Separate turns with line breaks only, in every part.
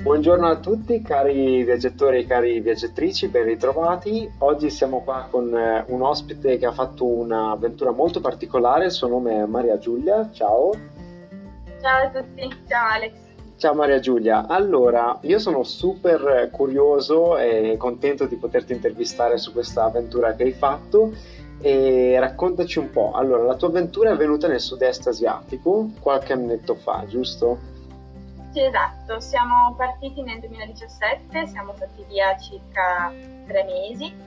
Buongiorno a tutti cari viaggiatori e cari viaggiatrici, ben ritrovati. Oggi siamo qua con un ospite che ha fatto un'avventura molto particolare, il suo nome è Maria Giulia, ciao.
Ciao a tutti, ciao Alex.
Ciao Maria Giulia, allora io sono super curioso e contento di poterti intervistare su questa avventura che hai fatto e raccontaci un po'. Allora, la tua avventura è avvenuta nel sud-est asiatico qualche annetto fa, giusto?
Sì, esatto, siamo partiti nel 2017, siamo stati via circa 3 mesi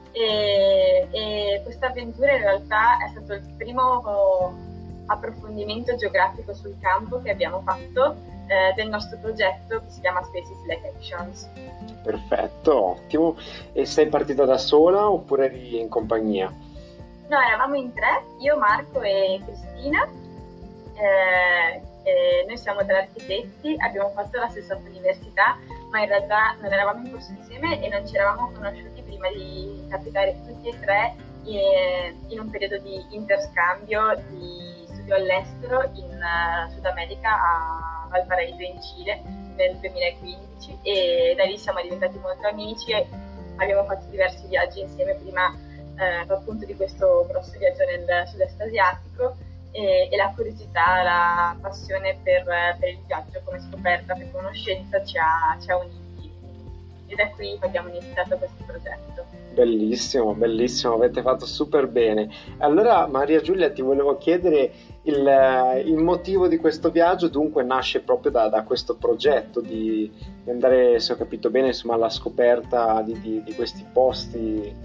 e questa avventura in realtà è stato il primo approfondimento geografico sul campo che abbiamo fatto del nostro progetto che si chiama Spaces Lake Actions.
Perfetto, ottimo. E sei partita da sola oppure eri in compagnia?
No, eravamo in tre, io, Marco e Cristina. Noi siamo tre architetti, abbiamo fatto la stessa università, ma in realtà non eravamo in corso insieme e non ci eravamo conosciuti prima di capitare tutti e tre in un periodo di interscambio di studio all'estero in Sud America, a Valparaiso in Cile nel 2015, e da lì siamo diventati molto amici e abbiamo fatto diversi viaggi insieme prima appunto di questo grosso viaggio nel sud-est asiatico. E la curiosità, la passione per il viaggio come scoperta, per conoscenza ci ha uniti, e da qui abbiamo iniziato questo progetto.
Bellissimo, bellissimo, avete fatto super bene. Allora, Maria Giulia, ti volevo chiedere il motivo di questo viaggio, dunque nasce proprio da questo progetto di andare, se ho capito bene, insomma, alla scoperta di questi posti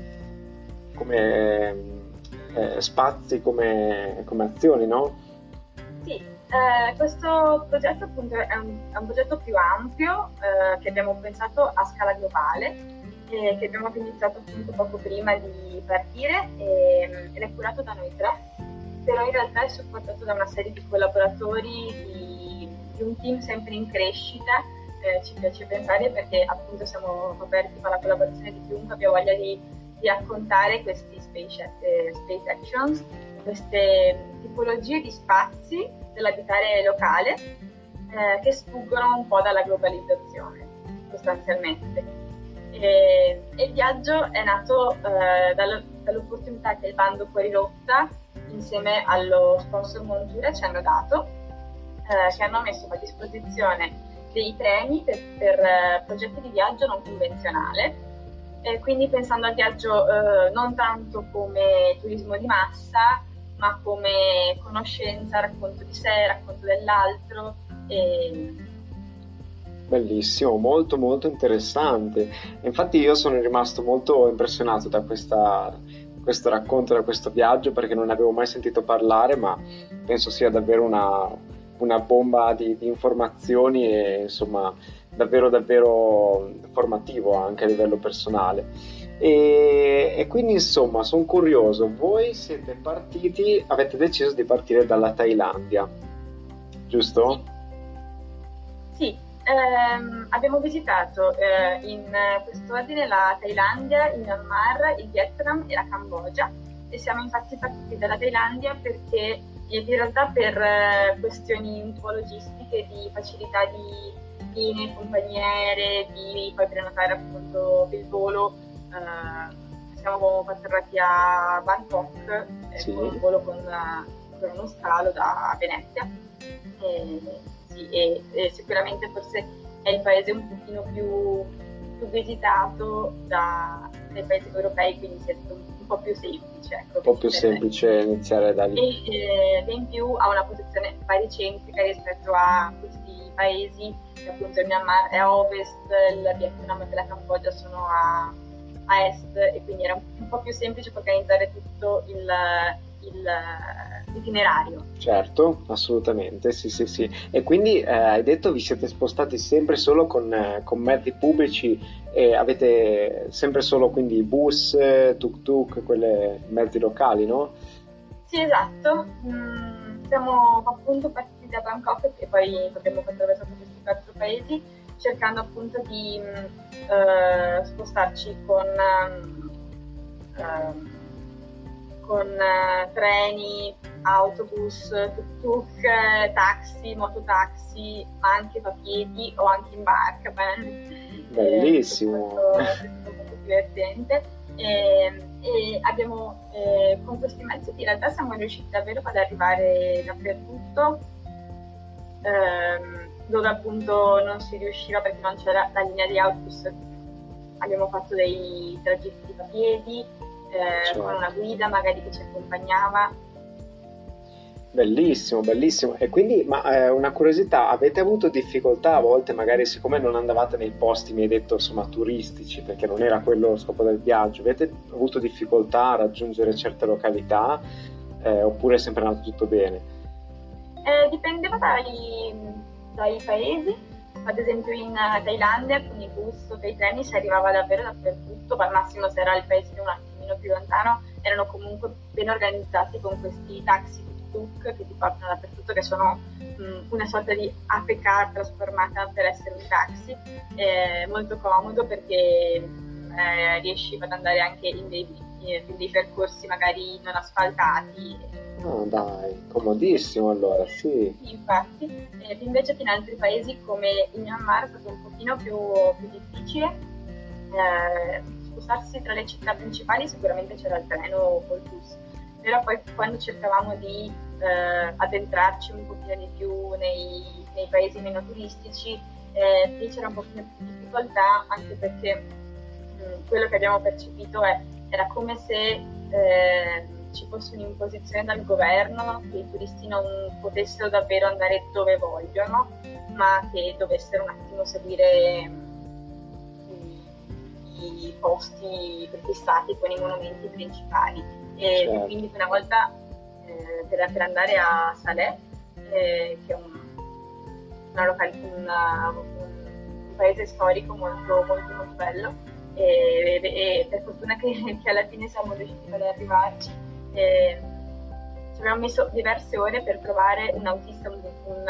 come spazi, come azioni, no?
Sì, questo progetto appunto è un progetto più ampio che abbiamo pensato a scala globale e che abbiamo iniziato appunto poco prima di partire ed è curato da noi tre, però in realtà è supportato da una serie di collaboratori, di un team sempre in crescita. Ci piace pensare perché appunto siamo aperti alla collaborazione di chiunque abbia voglia di raccontare questi space actions, queste tipologie di spazi dell'abitare locale che sfuggono un po' dalla globalizzazione sostanzialmente. Il viaggio è nato dall'opportunità che il bando Fuori Rotta insieme allo sponsor Montura ci hanno dato, che hanno messo a disposizione dei premi per progetti di viaggio non convenzionale. Quindi pensando al viaggio non tanto come turismo di massa, ma come conoscenza, racconto di sé, racconto dell'altro.
Bellissimo, molto molto interessante. Infatti io sono rimasto molto impressionato da questo racconto, da questo viaggio, perché non ne avevo mai sentito parlare, ma penso sia davvero una bomba di informazioni e insomma davvero davvero formativo anche a livello personale. E quindi insomma sono curioso, voi siete partiti, avete deciso di partire dalla Thailandia, giusto?
Sì, abbiamo visitato in quest'ordine la Thailandia, il Myanmar, il Vietnam e la Cambogia, e siamo infatti partiti dalla Thailandia perché in realtà per questioni un po' logistiche, di facilità di linee, compagnie aeree, di poi prenotare appunto il volo, siamo atterrati a Bangkok
Sì.
con un volo con uno scalo da Venezia. Sì, e sicuramente forse è il paese un pochino più visitato dai paesi europei, quindi sia stato un po' più semplice. Ecco,
Un po' più semplice iniziare da lì.
E in più ha una posizione baricentrica rispetto a questi paesi, che appunto il Myanmar è a ovest, il Vietnam e la Cambogia sono a est, e quindi era un po' più semplice organizzare tutto l'itinerario.
Certo, assolutamente, sì, sì, sì. E quindi hai detto vi siete spostati sempre solo con mezzi pubblici e avete sempre solo quindi bus, tuk-tuk, quelle mezzi locali, no?
Sì, esatto. Siamo appunto partiti da Bangkok e poi abbiamo attraversato questi 4 paesi cercando appunto di spostarci con treni, autobus, tuk-tuk, taxi, mototaxi, ma anche a piedi o anche in barca.
Bellissimo!
È stato molto divertente. E abbiamo, con questi mezzi in realtà siamo riusciti davvero ad arrivare dappertutto, dove appunto non si riusciva perché non c'era la linea di autobus. Abbiamo fatto dei tragitti a piedi,
Certo.
con una guida magari che ci accompagnava.
Bellissimo, bellissimo. E quindi, ma una curiosità, avete avuto difficoltà a volte, magari siccome non andavate nei posti, mi hai detto, insomma, turistici, perché non era quello lo scopo del viaggio, avete avuto difficoltà a raggiungere certe località, oppure è sempre andato tutto bene?
Dipendeva dai paesi, ad esempio in Thailandia con i bus o dei treni si arrivava davvero dappertutto, ma al massimo se era il paesino un attimino più lontano erano comunque ben organizzati con questi taxi tuk-tuk che ti portano dappertutto, che sono una sorta di APK trasformata per essere un taxi, molto comodo perché riesci ad andare anche in dei percorsi magari non asfaltati.
Ah, dai, comodissimo allora, sì.
Infatti, invece che in altri paesi come il Myanmar è stato un pochino più difficile. Spostarsi tra le città principali sicuramente c'era il treno o il bus, però poi quando cercavamo di addentrarci un pochino di più nei paesi meno turistici, lì c'era un pochino più di difficoltà, anche perché quello che abbiamo percepito era come se ci fosse un'imposizione dal governo che i turisti non potessero davvero andare dove vogliono, ma che dovessero un attimo seguire i posti prefissati con i monumenti principali. E
Certo.
quindi una volta per andare a Salè, che è un paese storico molto, molto, molto bello, e per fortuna che alla fine siamo riusciti ad arrivarci. Ci abbiamo messo diverse ore per trovare un autista, un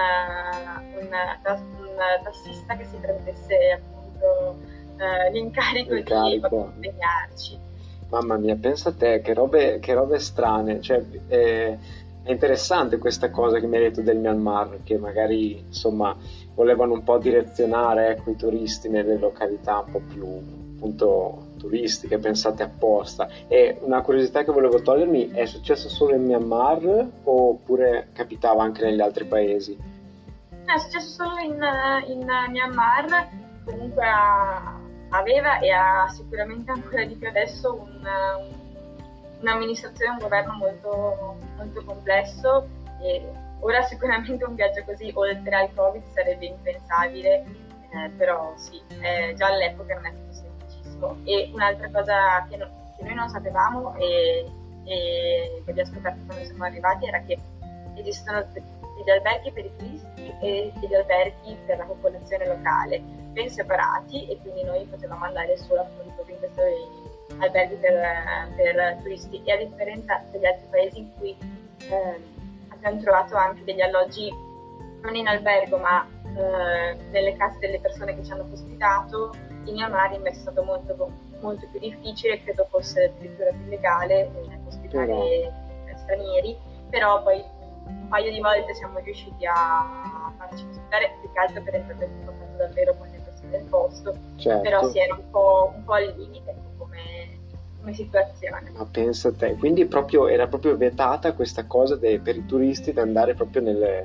tassista che si prendesse appunto l'incarico di accompagnarci.
Mamma mia, pensa a te, che robe strane. Cioè, è interessante questa cosa che mi hai detto del Myanmar, che magari insomma volevano un po' direzionare, ecco, i turisti nelle località un po' più appunto turistiche, pensate apposta. E una curiosità che volevo togliermi, è successo solo in Myanmar oppure capitava anche negli altri paesi?
È successo solo in Myanmar, comunque aveva e ha sicuramente ancora di più adesso un'amministrazione, un governo molto, molto complesso, e ora sicuramente un viaggio così oltre al Covid sarebbe impensabile, però sì, già all'epoca non è stato semplicissimo. E un'altra cosa che noi non sapevamo e che abbiamo scoperto quando siamo arrivati era che esistono degli alberghi per i turisti e degli alberghi per la popolazione locale, ben separati, e quindi noi potevamo andare solo appunto in questi alberghi per turisti. E a differenza degli altri paesi in cui abbiamo trovato anche degli alloggi non in albergo ma nelle case delle persone che ci hanno ospitato, in Myanmar invece è stato molto, molto più difficile, credo fosse addirittura più legale ospitare stranieri, però poi un paio di volte siamo riusciti a farci ospitare, più che altro per entrare in contatto davvero con le persone del posto.
Certo.
Però sì, era un po' al limite come situazione.
Ma pensa a te, quindi era proprio vietata questa cosa per i turisti di andare proprio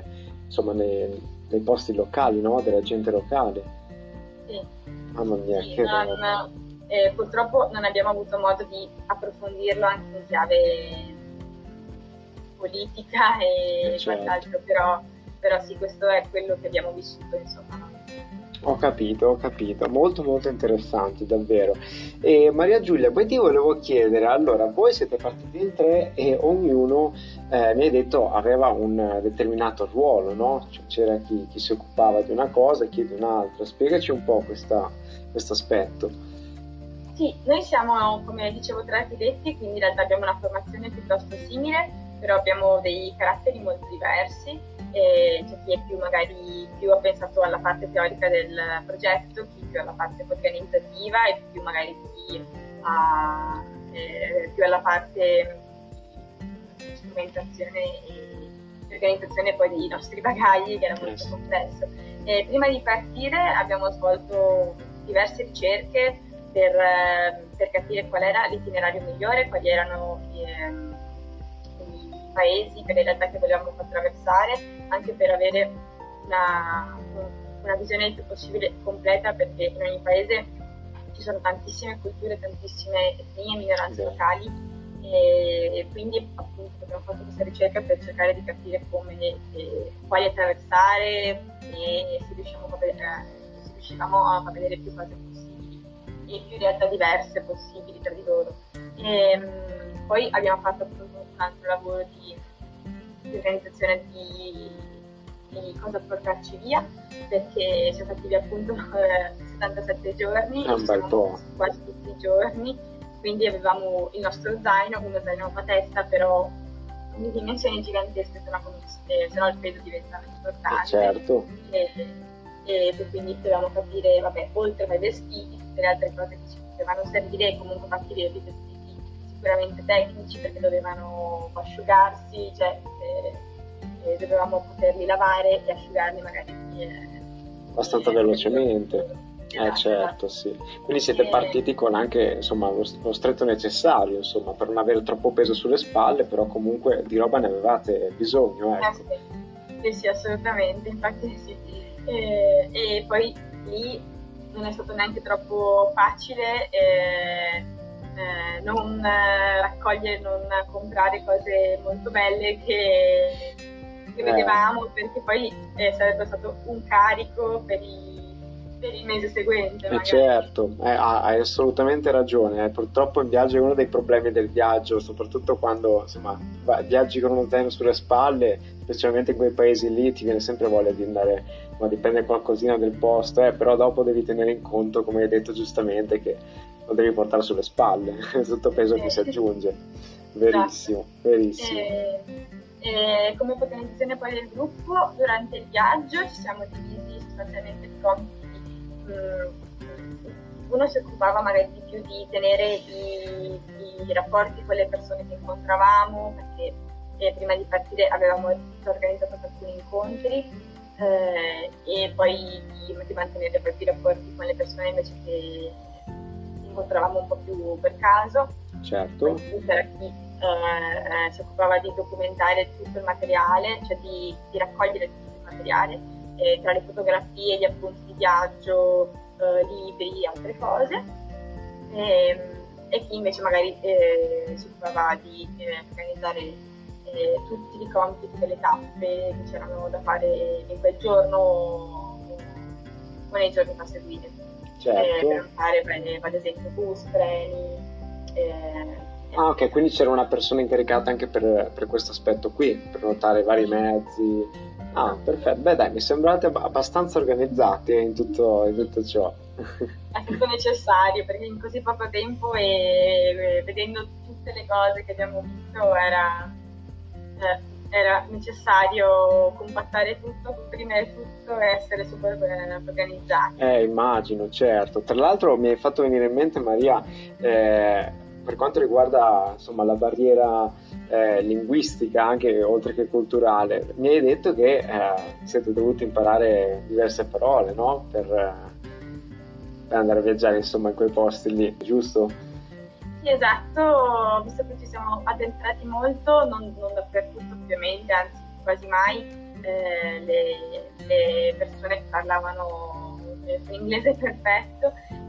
nei posti locali, no? Della gente locale.
Sì.
Mamma mia,
sì,
che
purtroppo non abbiamo avuto modo di approfondirlo anche in chiave politica e
certo.
quant'altro, però sì, questo è quello che abbiamo vissuto, insomma.
Ho capito, molto molto interessante, davvero. E Maria Giulia, poi ti volevo chiedere, allora, voi siete partiti in 3 e ognuno, mi hai detto, aveva un determinato ruolo, no? Cioè, c'era chi si occupava di una cosa e chi di un'altra. Spiegaci un po' questo aspetto.
Sì, noi siamo, come dicevo, 3 architetti, quindi in realtà abbiamo una formazione piuttosto simile, però abbiamo dei caratteri molto diversi. C'è chi è più ha pensato alla parte teorica del progetto, chi più alla parte organizzativa e più magari chi più alla parte documentazione e l'organizzazione poi dei nostri bagagli, che era molto complesso. E prima di partire abbiamo svolto diverse ricerche per capire qual era l'itinerario migliore, quali erano i paesi per le realtà che volevamo attraversare, anche per avere una visione il più possibile completa, perché in ogni paese ci sono tantissime culture, tantissime etnie, minoranze locali, e quindi appunto abbiamo fatto questa ricerca per cercare di capire quali attraversare e se riuscivamo a vedere più cose possibili e più realtà diverse possibili tra di loro. Poi abbiamo fatto appunto un altro lavoro di organizzazione di cosa portarci via, perché siamo stati via appunto 77 giorni,
un bel po',
quasi tutti i giorni, quindi avevamo il nostro zaino, uno zaino a testa, però di dimensioni gigantesche, se no il peso diventa importante.
Certo.
E quindi dovevamo capire, vabbè, oltre ai vestiti, tutte le altre cose che ci potevano servire, e comunque fatti dei vestiti sicuramente tecnici, perché dovevano asciugarsi, cioè dovevamo poterli lavare e asciugarli magari
abbastanza velocemente. Certo, sì. Quindi siete partiti con anche, insomma, lo stretto necessario, insomma, per non avere troppo peso sulle spalle, però comunque di roba ne avevate bisogno, ecco.
Sì, assolutamente, infatti sì. E poi lì non è stato neanche troppo facile non raccogliere, non comprare cose molto belle che vedevamo, perché poi sarebbe stato un carico per il mese seguente.
Certo, hai assolutamente ragione. Purtroppo in viaggio è uno dei problemi del viaggio, soprattutto quando insomma viaggi con uno zaino sulle spalle, specialmente in quei paesi lì, ti viene sempre voglia di andare, ma di prendere qualcosina del posto, però dopo devi tenere in conto, come hai detto giustamente, che lo devi portare sulle spalle, tutto peso che si aggiunge. Verissimo, verissimo.
E come organizzazione poi del gruppo, durante il viaggio ci siamo divisi sostanzialmente in compiti. Uno si occupava magari di più di tenere i rapporti con le persone che incontravamo, perché prima di partire avevamo organizzato alcuni incontri, e poi di mantenere poi i rapporti con le persone invece che incontravamo un po' più per caso.
Certo.
Poi c'era chi si occupava di documentare tutto il materiale, cioè di raccogliere tutto il materiale, tra le fotografie, gli appunti di viaggio, libri, altre cose, e chi invece magari si occupava di organizzare tutti i compiti delle tappe che c'erano da fare in quel giorno o nei giorni da seguire.
Certo.
Per fare, ad esempio, bus, treni.
Ok, quindi c'era una persona incaricata anche per questo aspetto qui, per notare i vari mezzi. Perfetto. Beh dai, mi sembrate abbastanza organizzati in tutto ciò.
È tutto necessario, perché in così poco tempo e vedendo tutte le cose che abbiamo visto era necessario compattare tutto, comprimere tutto e essere super organizzati.
Immagino, certo. Tra l'altro mi hai fatto venire in mente, Maria, per quanto riguarda insomma la barriera linguistica, anche oltre che culturale, mi hai detto che siete dovuti imparare diverse parole, no? Per andare a viaggiare insomma in quei posti lì, giusto?
Sì, esatto, visto che ci siamo addentrati molto, non dappertutto ovviamente, anzi quasi mai le persone parlavano l'inglese perfetto,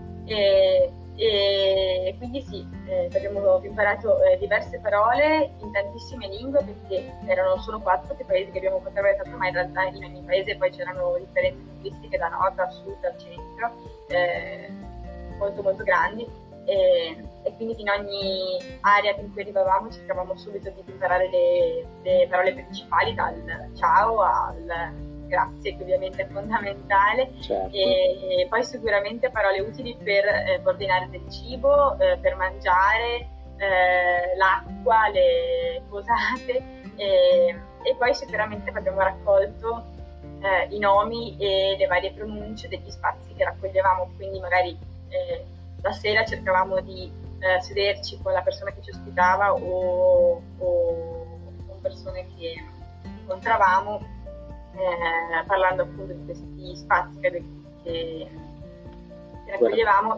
e quindi sì, abbiamo imparato diverse parole in tantissime lingue, perché erano solo 4 i paesi che abbiamo attraversato, ma in realtà in ogni paese poi c'erano differenze linguistiche da nord a sud, al centro, molto molto grandi, e quindi in ogni area in cui arrivavamo cercavamo subito di imparare le parole principali, dal ciao al grazie, che ovviamente è fondamentale.
Certo.
E poi sicuramente parole utili per ordinare del cibo, per mangiare, l'acqua, le posate, e poi sicuramente abbiamo raccolto i nomi e le varie pronunce degli spazi che raccoglievamo, quindi magari la sera cercavamo di sederci con la persona che ci ospitava o un persone che incontravamo, parlando appunto di questi spazi che raccoglievamo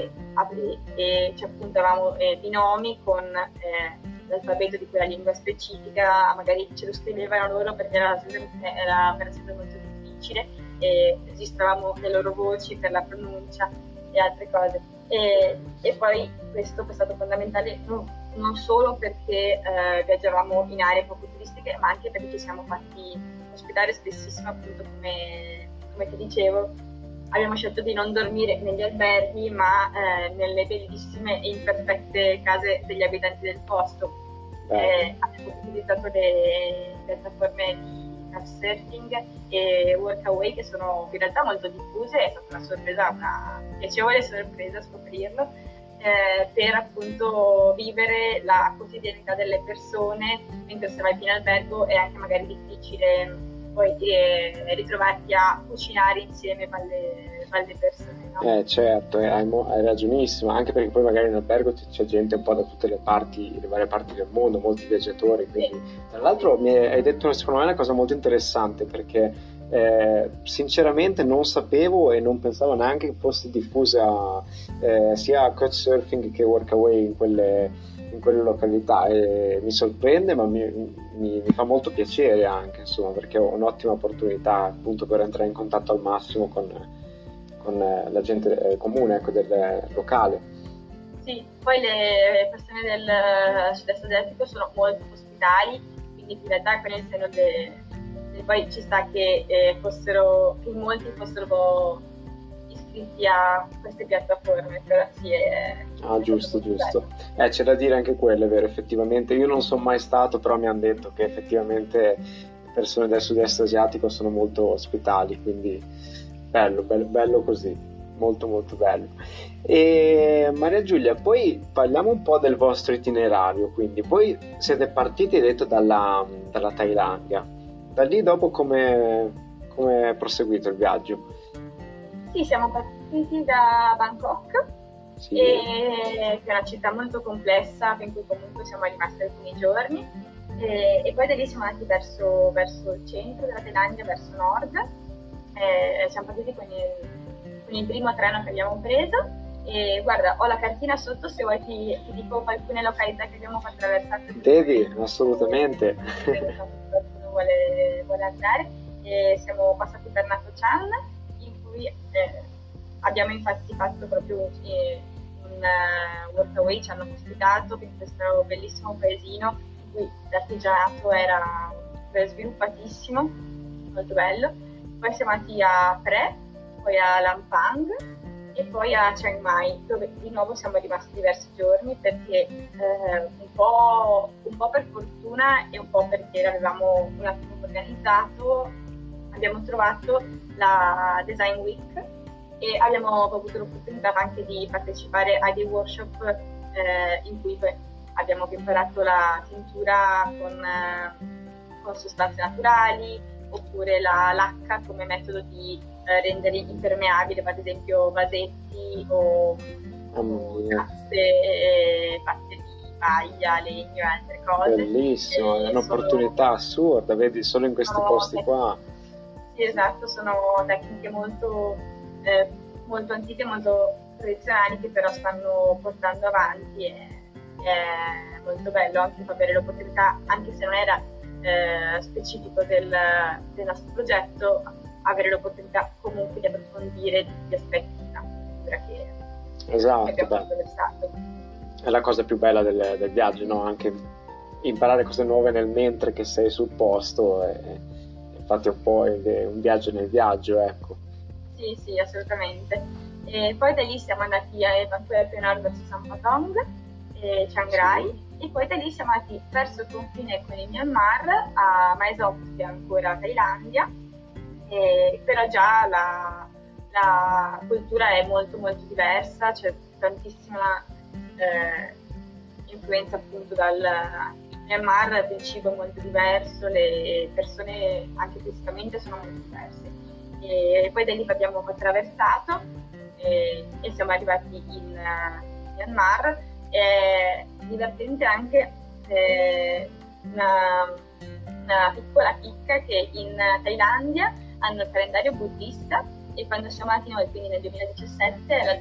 e ci appuntavamo di nomi con l'alfabeto di quella lingua specifica, magari ce lo scrivevano loro perché era sempre molto difficile e registravamo le loro voci per la pronuncia e altre cose. E poi questo è stato fondamentale non solo perché viaggiavamo in aree poco turistiche, ma anche perché ci siamo fatti ospitare spessissimo, appunto come ti dicevo. Abbiamo scelto di non dormire negli alberghi, ma nelle bellissime e imperfette case degli abitanti del posto. Abbiamo utilizzato le piattaforme di couchsurfing e Workaway, che sono in realtà molto diffuse. È stata una sorpresa, una piacevole sorpresa scoprirlo, per appunto vivere la quotidianità delle persone mentre si va in albergo. È anche magari difficile poi ritrovarti a cucinare insieme alle persone, no?
Certo, hai ragionissimo, anche perché poi magari in albergo c'è gente un po' da tutte le varie parti del mondo, molti viaggiatori, quindi sì. Tra l'altro hai detto secondo me una cosa molto interessante, perché sinceramente non sapevo e non pensavo neanche che fosse diffusa sia couchsurfing che Workaway in quelle località, e mi sorprende, ma mi fa molto piacere anche, insomma, perché ho un'ottima opportunità appunto per entrare in contatto al massimo con la gente comune, ecco, del locale.
Sì, poi le persone del sud-est asiatico sono molto ospitali, quindi in realtà con il seno poi ci sta che molti fossero iscritti a queste piattaforme, però sì,
giusto. C'è da dire anche quello, è vero, effettivamente. Io non sono mai stato, però mi hanno detto che effettivamente le persone del sud-est asiatico sono molto ospitali, quindi bello così, molto molto bello. E Maria Giulia, poi parliamo un po' del vostro itinerario. Quindi poi siete partiti, hai detto, dalla Thailandia. Da lì dopo come è proseguito il viaggio?
Sì, siamo partiti da Bangkok,
sì.
Che è una città molto complessa, in cui comunque siamo rimasti alcuni giorni, e poi da lì siamo andati verso il centro della Thailandia, verso nord. Siamo partiti con il primo treno che abbiamo preso, e guarda, ho la cartina sotto, se vuoi ti dico alcune località che abbiamo attraversato.
Devi, assolutamente.
Qualcuno vuole andare. Siamo passati per Nato Chan, in cui abbiamo infatti fatto proprio un Workaway, ci hanno ospitato in questo bellissimo paesino in cui l'artigianato era sviluppatissimo, molto bello. Poi siamo andati a Pre, poi a Lampang e poi a Chiang Mai, dove di nuovo siamo rimasti diversi giorni, perché un po' per fortuna e un po' perché l'avevamo un attimo organizzato, abbiamo trovato la Design Week e abbiamo avuto l'opportunità anche di partecipare a dei workshop in cui abbiamo imparato la tintura con sostanze naturali, oppure la lacca come metodo di rendere impermeabile, ad esempio vasetti o casse fatte di paglia, legno e altre cose.
Bellissimo, è un'opportunità assurda, vedi, solo in questi posti qua.
Sì, esatto, sono tecniche molto antiche, molto tradizionali, che però stanno portando avanti, e è molto bello anche avere l'opportunità, anche se non era specifico del nostro progetto, avere l'opportunità comunque di approfondire tutti gli aspetti della cultura che abbiamo attraversato.
È la cosa più bella del viaggio, no? Anche imparare cose nuove nel mentre che sei sul posto, e infatti è un po' un viaggio nel viaggio, ecco.
Sì, assolutamente. E poi da lì siamo andati a Vancouver più nord verso Sampatong e Chiang Rai, sì. E poi da lì siamo andati verso il confine con il Myanmar, a Mae Sot, che è ancora Thailandia, però già la cultura è molto molto diversa, c'è tantissima influenza appunto dal Myanmar, il cibo è molto diverso, le persone anche fisicamente sono molto diverse. E poi da lì abbiamo attraversato e siamo arrivati in Myanmar. È divertente anche una piccola chicca che in Thailandia hanno il calendario buddista e quando siamo andati noi, quindi nel 2017, era il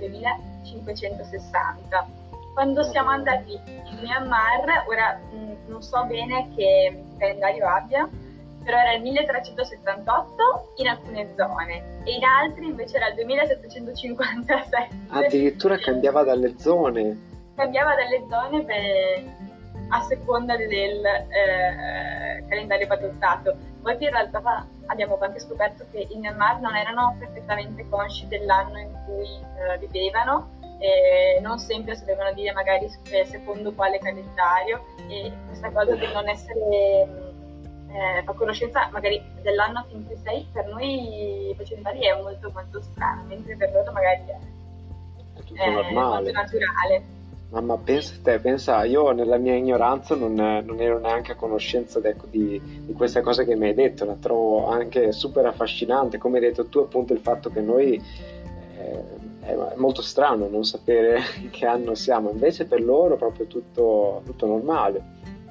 2560. Quando siamo andati in Myanmar, ora non so bene che calendario abbia, però era il 1378 in alcune zone e in altri invece era il 2757.
Addirittura cambiava dalle zone.
Cambiava dalle zone a seconda del calendario adottato. Poi in realtà abbiamo anche scoperto che in Myanmar non erano perfettamente consci dell'anno in cui vivevano, non sempre sapevano dire magari secondo quale calendario, e questa cosa di non essere fa conoscenza magari dell'anno in cui sei, per noi occidentali è molto molto strano, mentre per loro magari è
tutto normale,
molto naturale.
Ma pensa, io nella mia ignoranza non ero neanche a conoscenza di questa cosa che mi hai detto, la trovo anche super affascinante, come hai detto tu appunto il fatto che noi è molto strano non sapere in che anno siamo, invece per loro è proprio tutto normale.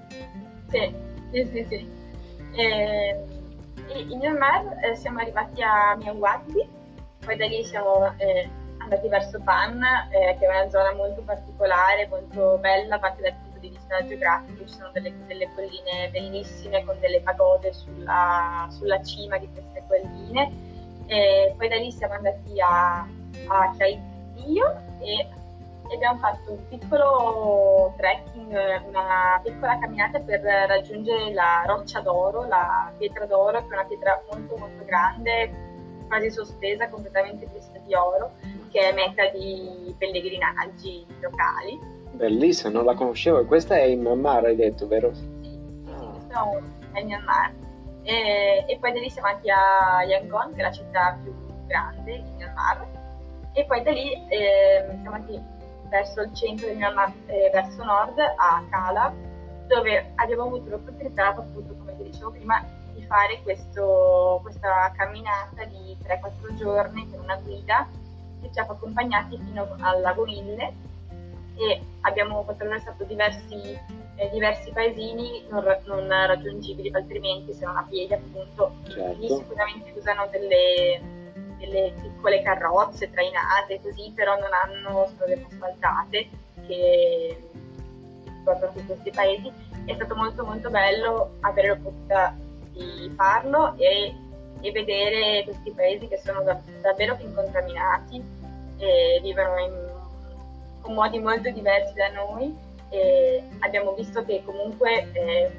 Sì. E in Myanmar siamo arrivati a Myawaddy, poi da lì siamo andati verso Pan, che è una zona molto particolare, molto bella, parte dal punto di vista geografico, ci sono delle colline bellissime con delle pagode sulla cima di queste colline, e poi da lì siamo andati a Chai Dio e abbiamo fatto un piccolo trekking, una piccola camminata per raggiungere la roccia d'oro, la pietra d'oro, che è una pietra molto molto grande, quasi sospesa, completamente vestita di oro, che è meta di pellegrinaggi locali.
Bellissima, non la conoscevo. E questa è in Myanmar, hai detto, vero?
Sì, questo è in Myanmar. E poi da lì siamo andati a Yangon, che è la città più grande in Myanmar, e poi da lì siamo andati verso il centro del Myanmar, verso nord, a Kala, dove abbiamo avuto l'opportunità, appunto, come ti dicevo prima, di fare questa camminata di 3-4 giorni con una guida che ci ha accompagnati fino al lago Mille, e abbiamo attraversato diversi paesini non raggiungibili altrimenti, se non a piedi, appunto.
Certo.
Lì sicuramente usano delle piccole carrozze trainate così, però non hanno strade asfaltate che ricordano tutti questi paesi. È stato molto molto bello avere l'opportunità di farlo e vedere questi paesi che sono davvero uncontaminati e vivono con modi molto diversi da noi, e abbiamo visto che comunque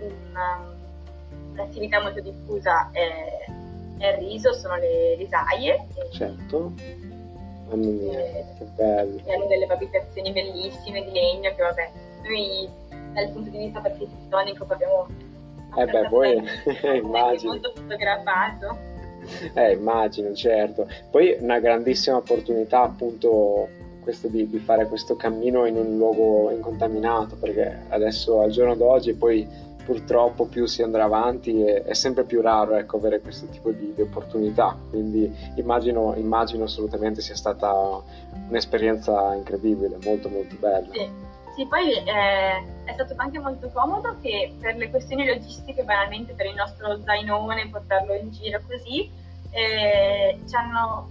un'attività molto diffusa è il riso, sono le risaie.
Certo. Mamma mia, che bello.
Che hanno delle abitazioni bellissime di legno, che vabbè, noi dal punto di vista architettonico abbiamo
poi immagino.
molto fotografato.
Immagino, certo. Poi una grandissima opportunità appunto questo di fare questo cammino in un luogo incontaminato, perché adesso al giorno d'oggi poi purtroppo più si andrà avanti è sempre più raro, ecco, avere questo tipo di opportunità, quindi immagino assolutamente sia stata un'esperienza incredibile, molto molto bella.
Sì, poi è stato anche molto comodo che per le questioni logistiche, banalmente per il nostro zainone, portarlo in giro così, ci hanno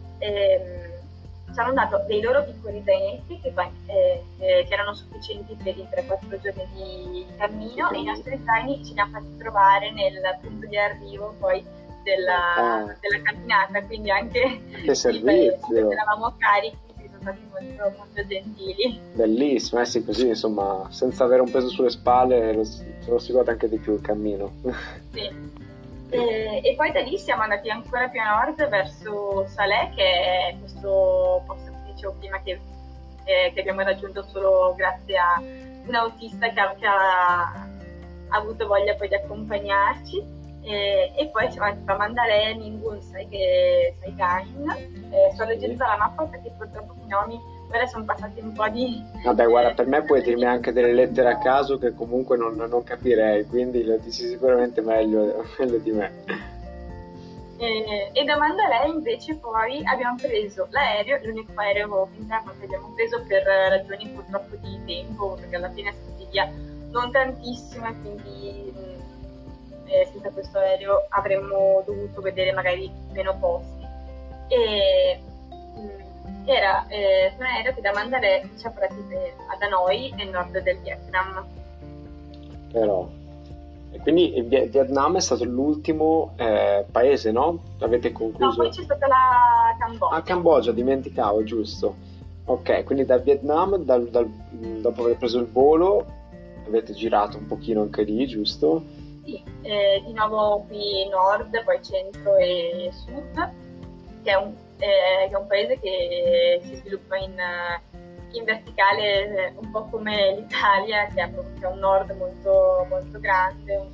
dato dei loro piccoli zainetti che erano sufficienti per i 3-4 giorni di cammino, e i nostri zaini ce li hanno fatti trovare nel punto di arrivo poi della camminata, quindi anche
che servizio,
eravamo carichi, sono stati molto, molto gentili.
Bellissimo, sì, così insomma senza avere un peso sulle spalle lo si gode anche di più il cammino.
Sì. E poi da lì siamo andati ancora più a nord verso Salè, che è questo posto che dicevo prima che abbiamo raggiunto solo grazie a un autista che ha avuto voglia poi di accompagnarci, e poi siamo andati a Mandalay, Mingun, Saigon. Sto leggendo dalla mappa perché purtroppo i nomi ora sono passati un po' di...
Vabbè, guarda, per me puoi dirmi anche delle lettere a caso che comunque non capirei, quindi lo dici sicuramente meglio di me.
E da Mandalay invece poi abbiamo preso l'aereo, l'unico aereo interno che abbiamo preso per ragioni purtroppo di tempo, perché alla fine siamo stati via non tantissimo, e quindi senza questo aereo avremmo dovuto vedere magari meno posti. E era un aereo che da Mandalay ci ha portati da noi nel nord del Vietnam.
Però. E quindi il Vietnam è stato l'ultimo paese, no? Avete
No,
concluso?
poi c'è stata la Cambogia.
Ah, Cambogia, dimenticavo, giusto. Ok, quindi dal Vietnam, dopo aver preso il volo, avete girato un pochino anche lì, giusto?
Sì, di nuovo qui nord, poi centro e sud, che è un paese che si sviluppa in verticale, un po' come l'Italia, che ha un nord molto, molto grande, un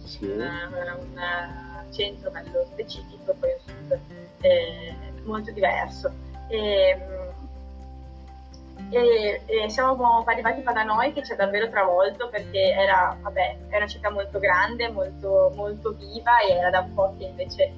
centro bello specifico e poi un sud molto diverso. E siamo arrivati qua da noi, che ci ha davvero travolto, perché era una città molto grande, molto, molto viva, e era da un po' che invece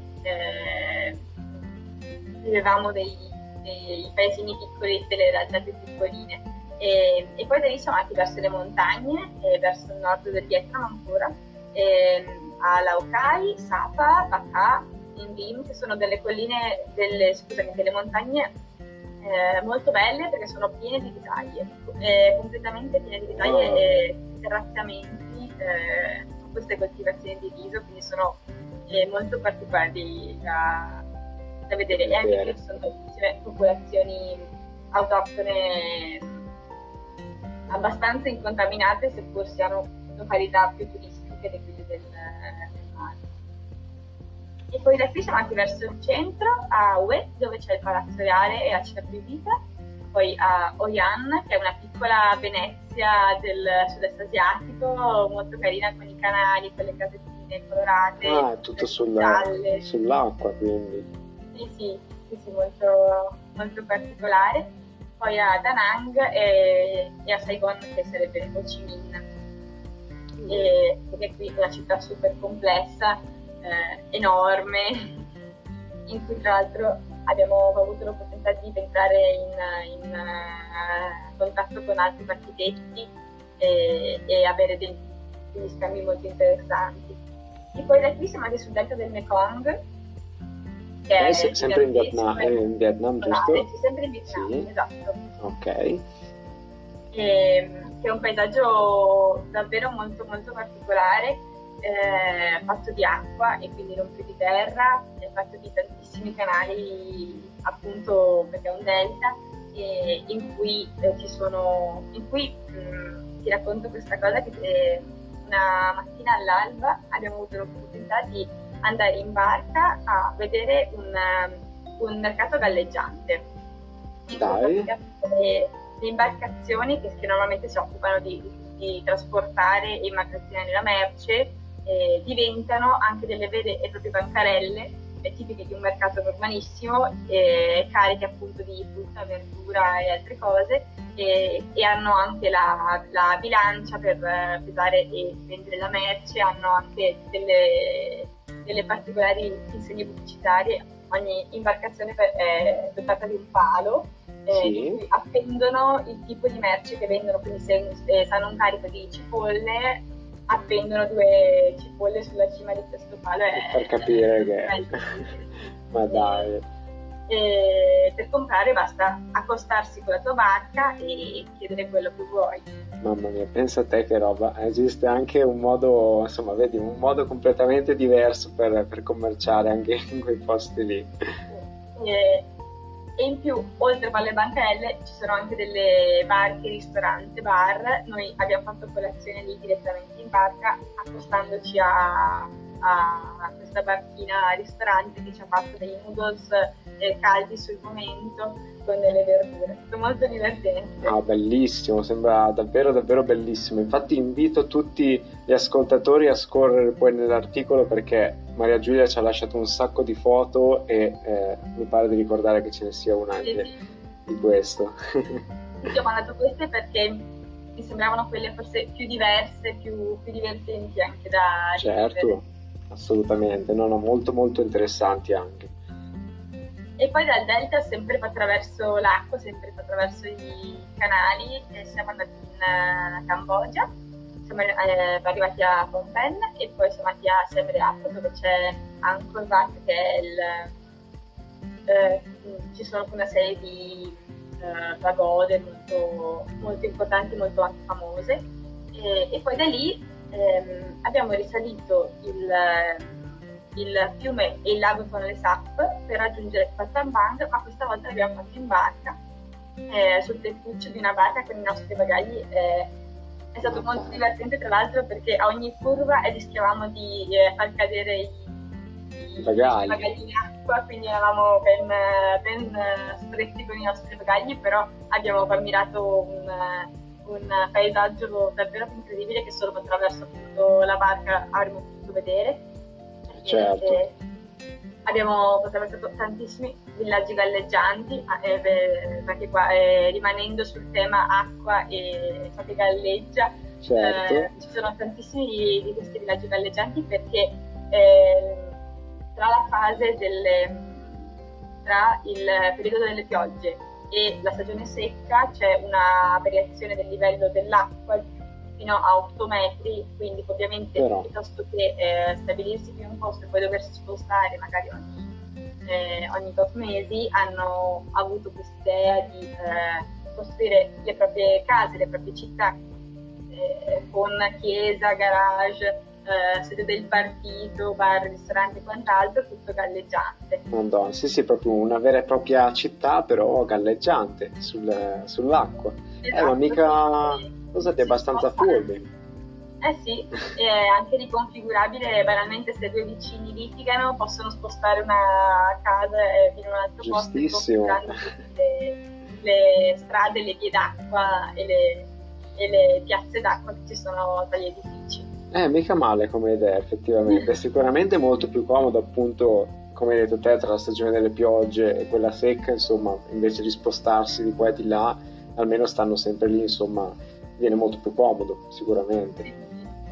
vivevamo dei paesini piccoli, delle realtà più piccoline. E poi da lì siamo andati verso le montagne, verso il nord del Vietnam ancora, a Lao Cai, Sapa, Ba Tha, Ninh Binh, che sono delle colline, delle montagne molto belle, perché sono piene di ghisaie, completamente piene di ghisaie e terrazzamenti, queste coltivazioni di riso, quindi sono molto particolari da vedere. E anche qui ci sono tantissime popolazioni autoctone abbastanza incontaminate, seppur siano località più turistiche di quelle del mare. E poi da qui siamo andati verso il centro, a Hue, dove c'è il Palazzo Reale e la città proibita, poi a Hoi An, che è una piccola Venezia del sud-est asiatico, molto carina, con i canali, con le casettine colorate.
Ah, è tutto sull'acqua, quindi.
Sì, molto, molto particolare. Poi a Da Nang e a Saigon, che sarebbe Ho Chi Minh. Perché qui è una città super complessa, enorme, in cui tra l'altro abbiamo avuto l'opportunità di entrare in contatto con altri architetti e avere degli scambi molto interessanti. E poi da qui siamo andati sul delta del Mekong, che è
sempre in Vietnam, giusto?
Sì, sempre in Vietnam, sì. Esatto.
Ok.
Che è un paesaggio davvero molto molto particolare, fatto di acqua e quindi non più di terra, è fatto di tantissimi canali, appunto perché è un delta, in cui ti racconto questa cosa, che una mattina all'alba abbiamo avuto l'opportunità di andare in barca a vedere un mercato galleggiante.
Dai.
Le imbarcazioni che normalmente si occupano di trasportare e immagazzinare la merce diventano anche delle vere e proprie bancarelle tipiche di un mercato normalissimo, cariche appunto di frutta, verdura e altre cose, e hanno anche la bilancia per pesare e vendere la merce, hanno anche delle particolari insegne pubblicitarie. Ogni imbarcazione è dotata di un palo in cui appendono il tipo di merce che vendono, quindi se hanno un carico di cipolle, appendono 2 cipolle sulla cima di questo palo.
Per capire che ma dai.
Per comprare basta accostarsi con la tua barca e chiedere quello che vuoi.
Mamma mia, pensa a te che roba. Esiste anche un modo, insomma, vedi, un modo completamente diverso per commerciare anche in quei posti lì.
E in più, oltre alle bancarelle, ci sono anche delle barche, ristorante, bar. Noi abbiamo fatto colazione lì direttamente in barca, accostandoci a questa barchina ristorante che ci ha fatto dei noodles caldi sul momento con delle verdure. È stato molto divertente.
Ah, bellissimo, sembra davvero davvero bellissimo. Infatti invito tutti gli ascoltatori a scorrere poi nell'articolo, perché Maria Giulia ci ha lasciato un sacco di foto e mi pare di ricordare che ce ne sia una anche di questo.
Io ho mandato queste perché mi sembravano quelle forse più diverse, più divertenti anche da
certo,
rivivere.
Assolutamente, no, molto molto interessanti anche.
E poi dal delta, sempre attraverso l'acqua, sempre attraverso i canali, siamo andati in Cambogia, siamo arrivati a Phnom Penh e poi siamo andati a Siem Reap, dove c'è Angkor Wat, che è ci sono una serie di pagode molto, molto importanti, molto anche famose, e poi da lì abbiamo risalito il fiume e il lago Tonle Sap per raggiungere Battambang, ma questa volta l'abbiamo fatto in barca, sul tettuccio di una barca con i nostri bagagli. È stato molto divertente, tra l'altro, perché a ogni curva rischiavamo di far cadere i bagagli in acqua, quindi eravamo ben stretti con i nostri bagagli, però abbiamo ammirato un paesaggio davvero incredibile che solo attraverso appunto la barca avremmo potuto vedere.
Certo.
Abbiamo attraversato tantissimi villaggi galleggianti, anche qua rimanendo sul tema acqua e ciò che galleggia.
Certo.
Ci sono tantissimi di questi villaggi galleggianti, perché tra la fase tra il periodo delle piogge e la stagione secca c'è una variazione del livello dell'acqua fino a 8 metri, quindi ovviamente piuttosto che stabilirsi in un posto e poi doversi spostare magari ogni 8 mesi, hanno avuto quest'idea di costruire le proprie case, le proprie città, con chiesa, garage, sede del partito, bar, ristorante e quant'altro, tutto galleggiante.
Madonna, sì, proprio una vera e propria città, però galleggiante sull'acqua.
Esatto,
ma mica cosa di abbastanza furbi.
Sì, è anche riconfigurabile, banalmente se due vicini litigano possono spostare una casa in un altro posto, configurando le strade, le vie d'acqua e le piazze d'acqua che ci sono tra gli edifici.
Mica male come idea, effettivamente. Sicuramente molto più comodo, appunto, come hai detto te, tra la stagione delle piogge e quella secca, insomma, invece di spostarsi di qua e di là, almeno stanno sempre lì, insomma, viene molto più comodo, sicuramente.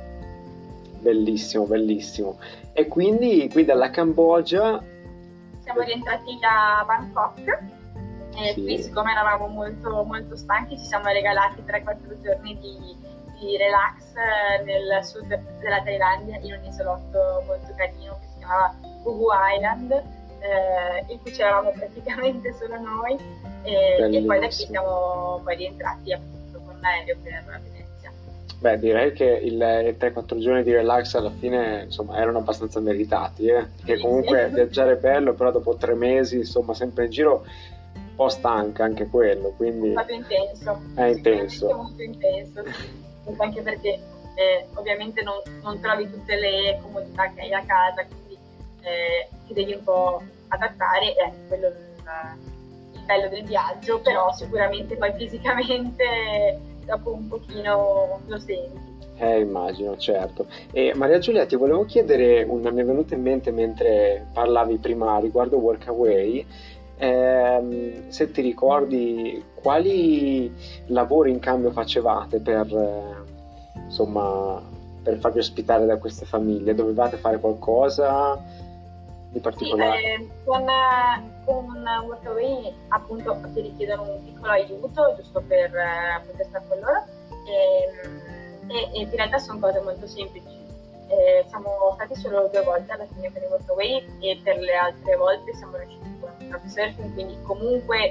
Bellissimo, bellissimo. E quindi qui dalla Cambogia
siamo rientrati da Bangkok e
sì.
Qui, siccome eravamo molto, molto stanchi, ci siamo regalati 3-4 giorni di relax nel sud della Thailandia, in un isolotto molto carino che si chiamava Phubu Island, in cui c'eravamo praticamente solo noi, e poi da qui siamo poi rientrati appunto con l'aereo per Venezia.
Beh, direi che i 3-4 giorni di relax alla fine, insomma, erano abbastanza meritati, Perché comunque viaggiare è bello, però dopo 3 mesi, insomma, sempre in giro, un po' stanca anche quello, quindi...
È stato intenso.
È intenso.
Molto intenso, sì. Anche perché ovviamente non trovi tutte le comodità che hai a casa, quindi ti devi un po' adattare, e anche quello il bello del viaggio, però sicuramente poi fisicamente dopo un pochino lo senti.
Immagino, certo. E Maria Giulia, ti volevo chiedere, mi è venuta in mente mentre parlavi prima riguardo Workaway, se ti ricordi quali lavori in cambio facevate per farvi ospitare da queste famiglie? Dovevate fare qualcosa di particolare?
Sì, con Workaway appunto ti richiedono un piccolo aiuto giusto per poter stare con loro, e in realtà sono cose molto semplici. Siamo stati solo 2 volte alla fine per il Workaway, e per le altre volte siamo riusciti con il Couchsurfing, quindi comunque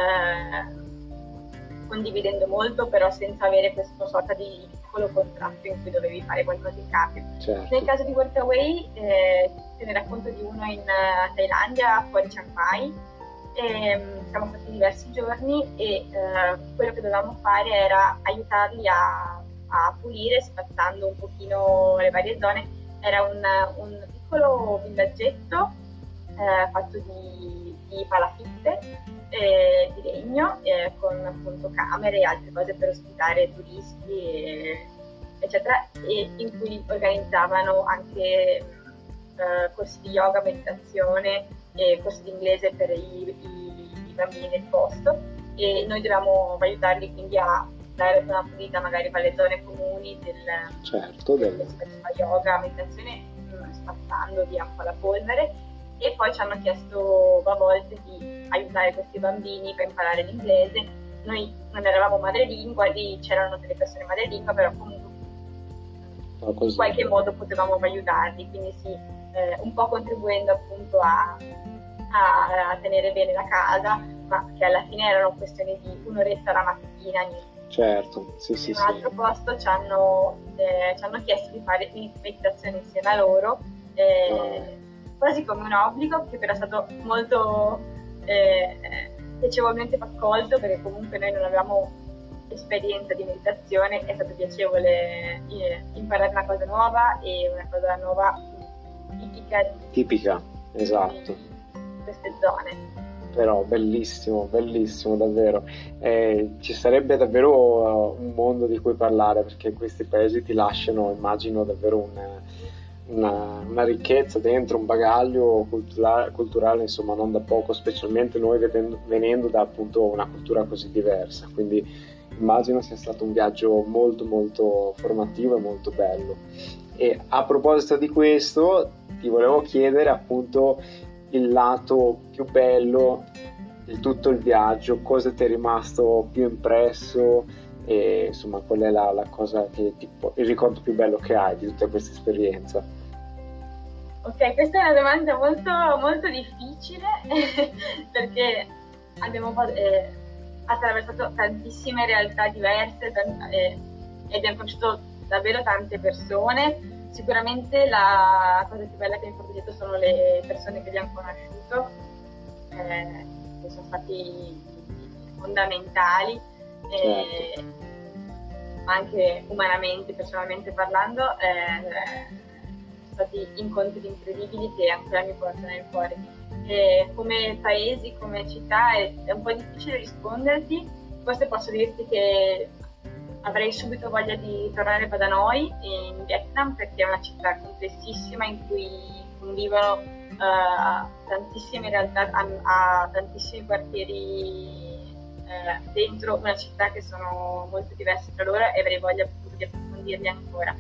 condividendo molto, però senza avere questo sorta di piccolo contratto in cui dovevi fare qualcosa in cambio.
Certo.
Nel caso di Workaway te ne racconto di uno in Thailandia, fuori Chiang Mai. Siamo stati diversi giorni e quello che dovevamo fare era aiutarli a pulire, spazzando un pochino le varie zone. Era un piccolo villaggetto fatto di palafitte di legno, con appunto camere e altre cose per ospitare turisti, eccetera, e in cui organizzavano anche corsi di yoga, meditazione e corsi di inglese per i bambini del posto, e noi dovevamo aiutarli quindi a dare una pulita magari per le zone comuni del yoga, meditazione, spazzando via un po' la polvere. E poi ci hanno chiesto a volte di aiutare questi bambini per imparare l'inglese. Noi non eravamo madrelingua, lì c'erano delle persone madrelingua, però comunque
così.
in qualche modo potevamo aiutarli, quindi sì, un po' contribuendo appunto a tenere bene la casa, ma che alla fine erano questioni di un'oretta la mattina.
Certo, sì, sì,
In un altro posto ci hanno chiesto di fare meditazione insieme a loro, quasi come un obbligo, che però è stato molto piacevolmente accolto, perché comunque noi non avevamo esperienza di meditazione, è stato piacevole imparare una cosa nuova e una cosa nuova
tipica, esatto,
di queste zone.
Però bellissimo, bellissimo davvero. Ci sarebbe davvero un mondo di cui parlare, perché questi paesi ti lasciano, immagino, davvero una ricchezza dentro, un bagaglio culturale, insomma, non da poco, specialmente noi venendo da appunto una cultura così diversa. Quindi immagino sia stato un viaggio molto molto formativo e molto bello. E a proposito di questo, ti volevo chiedere appunto il lato più bello di tutto il viaggio, cosa ti è rimasto più impresso e insomma qual è la cosa che il ricordo più bello che hai di tutta questa esperienza?
Ok, questa è una domanda molto, molto difficile perché abbiamo attraversato tantissime realtà diverse e abbiamo conosciuto davvero tante persone. Sicuramente la cosa più bella che mi porto dietro sono le persone che abbiamo conosciuto, che sono stati fondamentali,
Certo.
anche umanamente, personalmente parlando, sono stati incontri incredibili che ancora mi portano nel cuore. Come paesi, come città è un po' difficile risponderti, forse posso dirti che avrei subito voglia di tornare da noi in Vietnam, perché è una città complessissima in cui convivono tantissime realtà, ha tantissimi quartieri dentro una città che sono molto diverse tra loro e avrei voglia appunto di approfondirli ancora.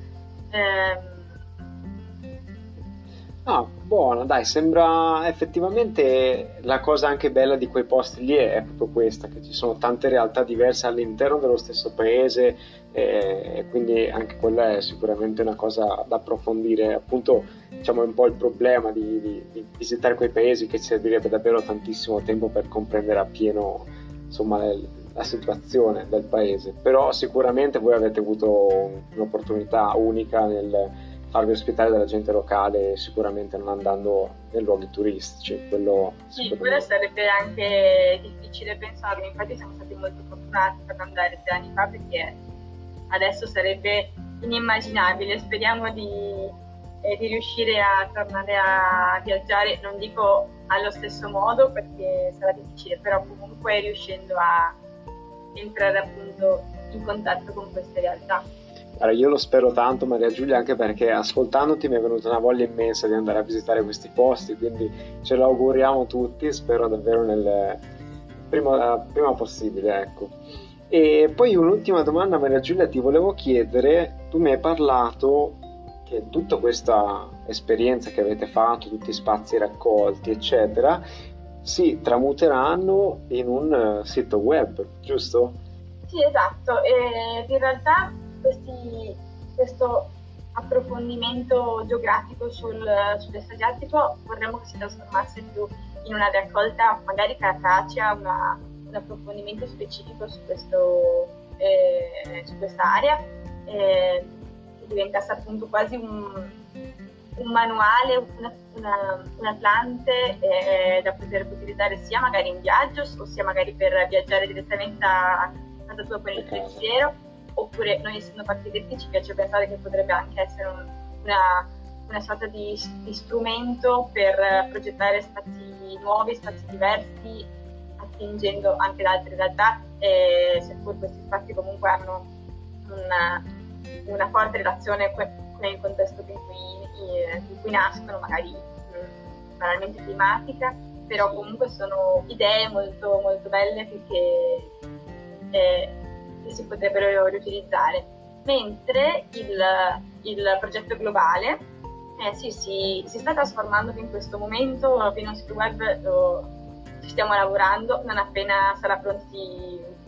Buono, dai, sembra effettivamente la cosa anche bella di quei posti lì è proprio questa, che ci sono tante realtà diverse all'interno dello stesso paese e quindi anche quella è sicuramente una cosa da approfondire. Appunto, diciamo, è un po' il problema di visitare quei paesi, che ci servirebbe davvero tantissimo tempo per comprendere appieno, insomma, la situazione del paese. Però sicuramente voi avete avuto un'opportunità unica nel farvi ospitare dalla gente locale, sicuramente non andando nei luoghi turistici.
Sì, quello sarebbe anche difficile pensarlo, infatti siamo stati molto fortunati ad andare 3 anni fa, perché adesso sarebbe inimmaginabile. Speriamo di riuscire a tornare a viaggiare, non dico allo stesso modo perché sarà difficile, però comunque riuscendo a entrare appunto in contatto con queste realtà.
Allora, io lo spero tanto, Maria Giulia, anche perché ascoltandoti mi è venuta una voglia immensa di andare a visitare questi posti, quindi ce lo auguriamo tutti, spero davvero nel prima possibile, ecco. E poi un'ultima domanda, Maria Giulia, ti volevo chiedere, tu mi hai parlato che tutta questa esperienza che avete fatto, tutti i spazi raccolti, eccetera, si tramuteranno in un sito web, giusto?
Sì, esatto, e in realtà questo approfondimento geografico sud-est asiatico vorremmo che si trasformasse più in una raccolta magari cartacea, un approfondimento specifico su questa area, che diventasse appunto quasi un manuale, un atlante da poter utilizzare sia magari in viaggio, o sia magari per viaggiare direttamente a casa tua con il pensiero. Oppure noi, essendo partiti, ci piace pensare che potrebbe anche essere una sorta di strumento per progettare spazi nuovi, spazi diversi, attingendo anche da altre realtà, seppur questi spazi comunque hanno una forte relazione con il contesto in cui nascono, magari banalmente climatica, però comunque sono idee molto, molto belle che si potrebbero riutilizzare. Mentre il progetto globale si sta trasformando in questo momento. Fino a un sito web ci stiamo lavorando, non appena sarà pronto ti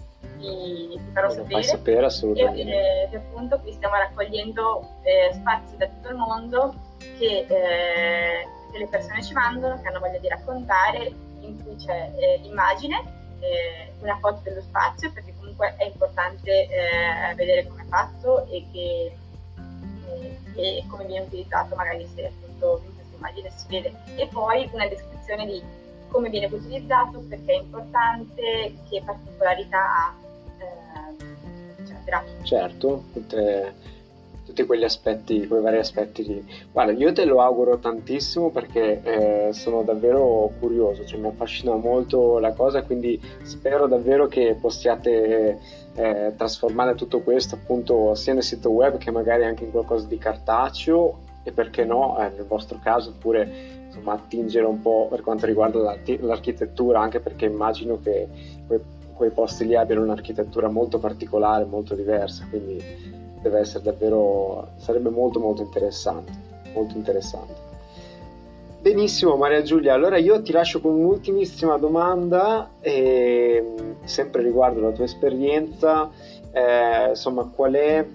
ti farò
Me lo fai sapere
sapere.
assolutamente.
E appunto qui stiamo raccogliendo spazi da tutto il mondo che le persone ci mandano, che hanno voglia di raccontare, in cui c'è l'immagine, una foto dello spazio, perché comunque è importante vedere come è fatto e come viene utilizzato, magari se appunto in questa immagine si vede, e poi una descrizione di come viene utilizzato, perché è importante, che particolarità ha, eccetera.
Certo, tutti quegli aspetti, quei vari aspetti lì. Guarda, io te lo auguro tantissimo perché sono davvero curioso, cioè mi affascina molto la cosa, quindi spero davvero che possiate trasformare tutto questo appunto sia nel sito web che magari anche in qualcosa di cartaceo e perché no, nel vostro caso pure insomma attingere un po' per quanto riguarda l'architettura, anche perché immagino che quei posti lì abbiano un'architettura molto particolare, molto diversa, quindi deve essere davvero, sarebbe molto molto interessante, molto interessante. Benissimo Maria Giulia, allora io ti lascio con un'ultimissima domanda, sempre riguardo la tua esperienza, insomma qual è,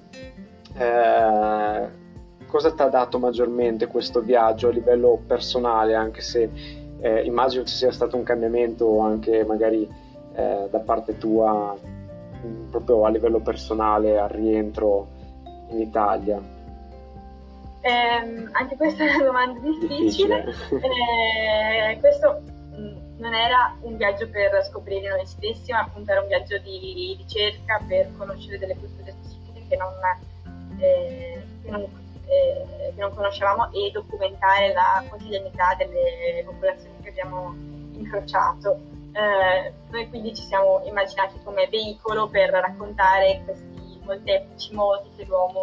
cosa ti ha dato maggiormente questo viaggio a livello personale, anche se immagino ci sia stato un cambiamento anche magari da parte tua proprio a livello personale al rientro in Italia?
Anche questa è una domanda difficile. Questo non era un viaggio per scoprire noi stessi, ma appunto era un viaggio di ricerca per conoscere delle culture specifiche che non conoscevamo e documentare la quotidianità delle popolazioni che abbiamo incrociato. Noi quindi ci siamo immaginati come veicolo per raccontare questi molteplici modi che l'uomo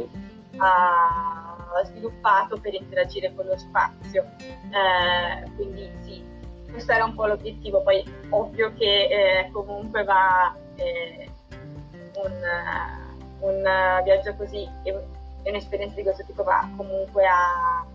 ha sviluppato per interagire con lo spazio. Quindi sì, questo era un po' l'obiettivo. Poi ovvio che comunque va un viaggio così e un'esperienza di questo tipo va comunque a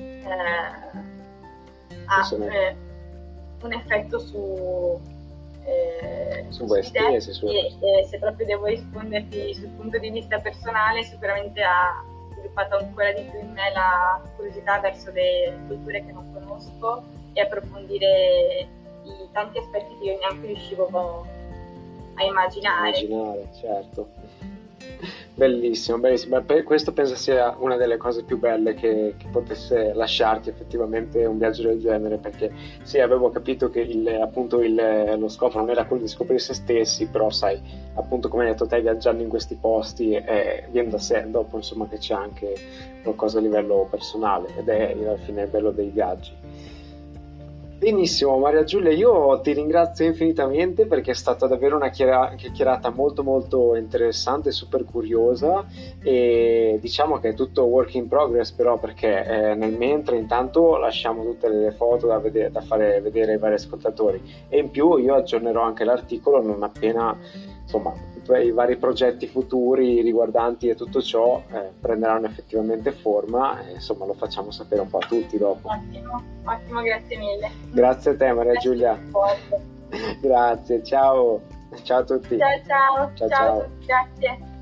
un effetto su
voi stessi,
e se proprio devo risponderti sul punto di vista personale, sicuramente ha sviluppato ancora di più in me la curiosità verso le culture che non conosco e approfondire i tanti aspetti che io neanche riuscivo a immaginare.
Certo. Bellissimo, bellissimo. Questo penso sia una delle cose più belle che potesse lasciarti effettivamente un viaggio del genere, perché sì, avevo capito che lo scopo non era quello di scoprire se stessi, però sai, appunto come hai detto te, viaggiando in questi posti viene da sé dopo insomma che c'è anche qualcosa a livello personale ed è alla fine il bello dei viaggi. Benissimo Maria Giulia, io ti ringrazio infinitamente perché è stata davvero una chiacchierata molto molto interessante, super curiosa, e diciamo che è tutto work in progress però, perché nel mentre intanto lasciamo tutte le foto da fare vedere ai vari ascoltatori, e in più io aggiornerò anche l'articolo non appena insomma i vari progetti futuri riguardanti e tutto ciò prenderanno effettivamente forma e insomma lo facciamo sapere un po' a tutti dopo.
Ottimo, grazie mille.
Grazie a te Maria Giulia. Grazie, ciao a tutti.
Ciao a tutti, grazie.